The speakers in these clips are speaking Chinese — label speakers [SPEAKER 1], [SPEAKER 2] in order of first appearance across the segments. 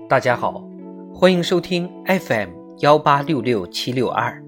[SPEAKER 1] 大家好，欢迎收听 FM1866762。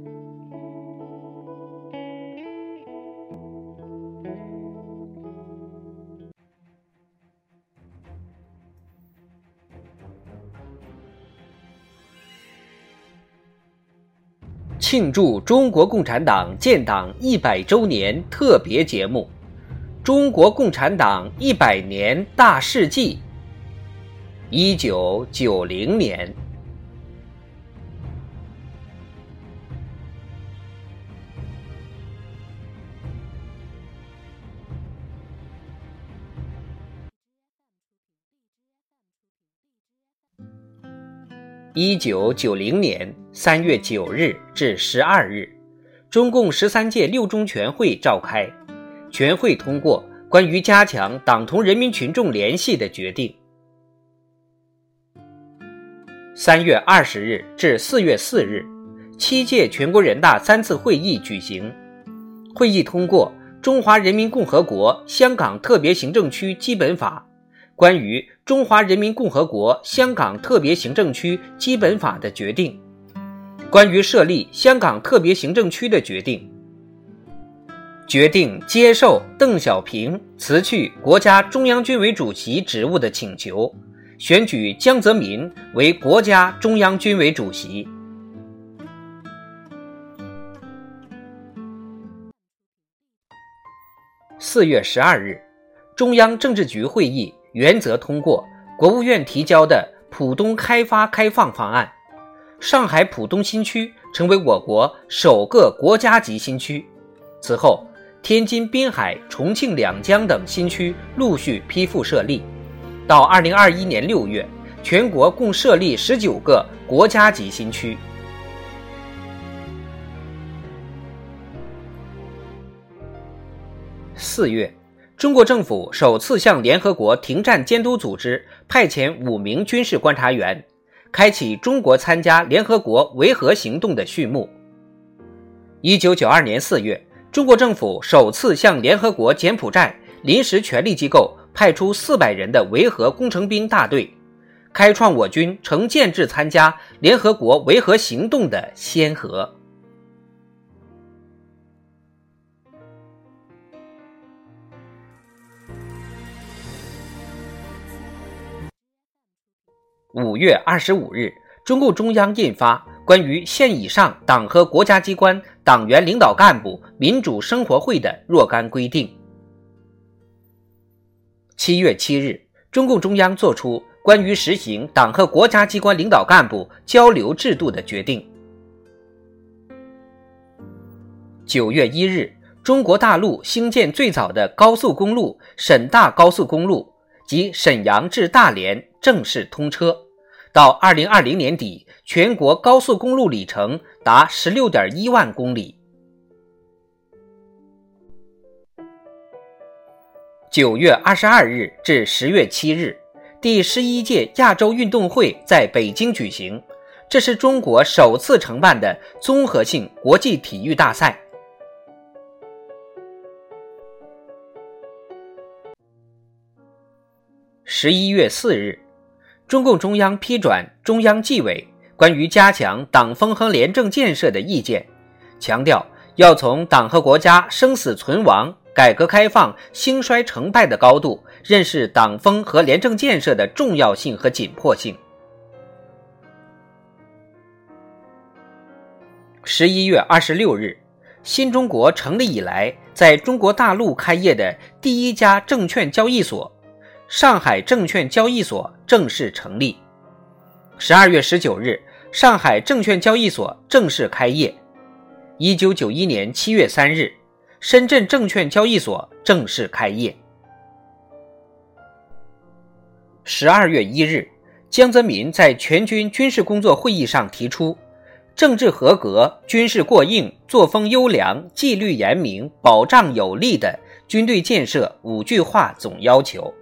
[SPEAKER 1] 庆祝中国共产党建党100周年特别节目《中国共产党100年大事记》。1990年。1990年3月9日至12日，中共13届六中全会召开，全会通过关于加强党同人民群众联系的决定。3月20日至4月4日，7届全国人大3次会议举行，会议通过《中华人民共和国香港特别行政区基本法》、关于中华人民共和国香港特别行政区基本法的决定、关于设立香港特别行政区的决定、决定接受邓小平辞去国家中央军委主席职务的请求，选举江泽民为国家中央军委主席。4月12日，中央政治局会议原则通过国务院提交的浦东开发开放方案，上海浦东新区成为我国首个国家级新区。此后，天津、滨海、重庆两江等新区陆续批复设立。到2021年6月，全国共设立19个国家级新区。4月，中国政府首次向联合国停战监督组织派遣5名军事观察员，开启中国参加联合国维和行动的序幕。1992年4月，中国政府首次向联合国柬埔寨临时权力机构派出400人的维和工程兵大队，开创我军成建制参加联合国维和行动的先河。5月25日，中共中央印发关于县以上党和国家机关党员领导干部民主生活会的若干规定。7月7日，中共中央作出关于实行党和国家机关领导干部交流制度的决定。9月1日，中国大陆兴建最早的高速公路沈大高速公路及沈阳至大连正式通车，到2020年底，全国高速公路里程达 16.1 万公里。9月22日至10月7日，第11届亚洲运动会在北京举行，这是中国首次承办的综合性国际体育大赛。11月4日，中共中央批转中央纪委关于加强党风和廉政建设的意见，强调要从党和国家生死存亡、改革开放兴衰成败的高度认识党风和廉政建设的重要性和紧迫性。11月26日，新中国成立以来在中国大陆开业的第一家证券交易所上海证券交易所正式成立。12月19日，上海证券交易所正式开业。1991年7月3日，深圳证券交易所正式开业。12月1日，江泽民在全军军事工作会议上提出政治合格、军事过硬、作风优良、纪律严明、保障有力的军队建设5句话总要求。